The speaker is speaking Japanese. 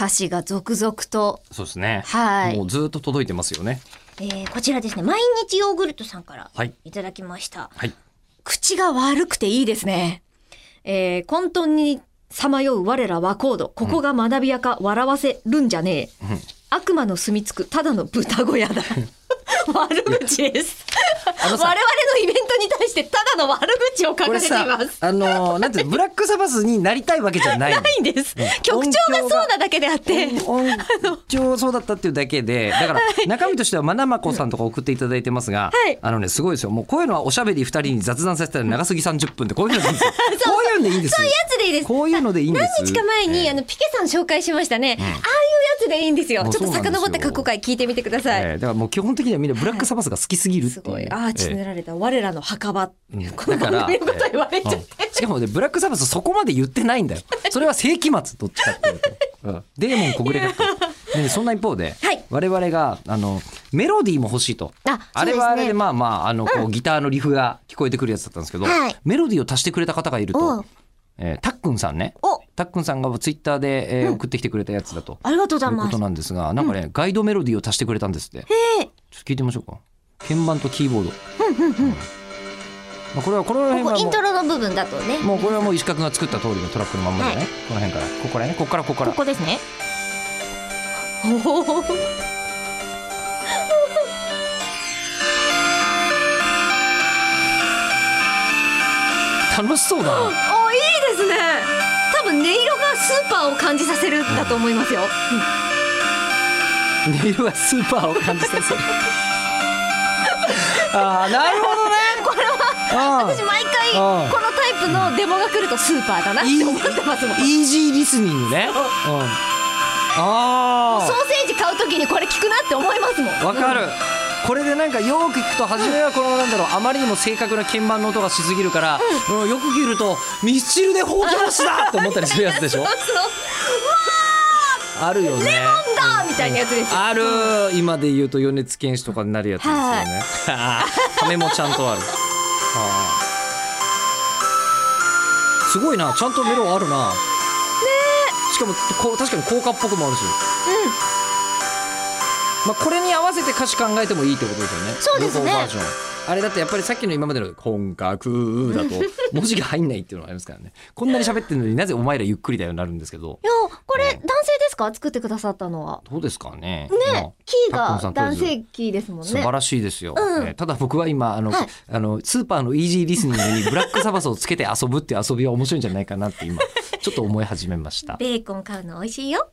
歌詞が続々と。 そうですね。 はい。 もうずっと届いてますよね。 こちらですね、毎日ヨーグルトさんからいただきました。 はい。 口が悪くていいですね。混沌にさまよう我ら和コード。ここが学び屋か笑わせるんじゃねえ。悪魔の住み着くただの豚小屋だ。悪口です。我々のイベントに対してただの悪口を書かれています。 なんていうの、ブラックサバスになりたいわけじゃない。 ないんです。曲調がそうなだけであって。 音調そうだったっていうだけで、だから中身としてはまなまこさんとか送っていただいてますが、すごいですよ。もうこういうのはおしゃべり2人に雑談させたら長すぎ30分ってこういうのでいいんですよ。こういうのでいいんですよ。 そういうやつでいいです。 こういうのでいいんです。 何日か前にピケさん紹介しましたね。ああいうやつでいいんですよ。ちょっと遡って過去回聞いてみてください。 だからもう基本的にはみんなブラックサバスが好きすぎるっていう。 すごいアーチ練られた我らの墓場。 だから言われちゃって。 しかもね、ブラックサバスそこまで言ってないんだよ。それは世紀末どっちかっていうと、デーモン小暮がで、そんな一方で、我々がメロディーも欲しいと。あれはあれでこうギターのリフが聞こえてくるやつだったんですけど、メロディーを足してくれた方がいると。たっくんさんね、たっくんさんがツイッターで送ってきてくれたやつだと。 ありがとうございます。 いうことなんですが、なんかね、ガイドメロディーを足してくれたんですって。ちょっと聞いてみましょうか。鍵盤とキーボード。これはこの辺はイントロの部分だとね。 もうこれはもう石川君が作った通りのトラックのまんまでね。この辺からここからね、ここからここから。 ここですね。 楽しそうだな。 いいですね。多分音色がスーパーを感じさせるんだと思いますよ。 音色がスーパーを感じさせる。なるほどね。 これは私毎回このタイプのデモが来るとスーパーだなって思ってますもん。 イージーリスニングね。 ソーセージ買うときにこれ聞くなって思いますもん。 わかる。これでなんかよく聞くと、初めはこのあまりにも正確な鍵盤の音がしすぎるから、よく聞くとミスチルで放狂しだって思ったりするやつでしょ。あるよね。 レモンだみたいなやつですよ。 ある。今で言うと米津玄師とかになるやつですよね。ためもちゃんとある。すごいな、ちゃんとメロあるな。しかも確かに効果っぽくもあるし。これに合わせて歌詞考えてもいいってことですよね。 そうですね。 あれだってやっぱりさっきの今までの本格だと文字が入んないっていうのがありますからね。こんなに喋ってるのになぜお前らゆっくりだよになるんですけど。 いや、これ男性ですか、作ってくださったのは。 どうですかね。 キーが男性キーですもんね。 素晴らしいですよ。ただ僕は今スーパーのイージーリスニングにブラックサバスをつけて遊ぶっていう遊びは面白いんじゃないかなって今ちょっと思い始めました。 ベーコン買うの美味しいよ。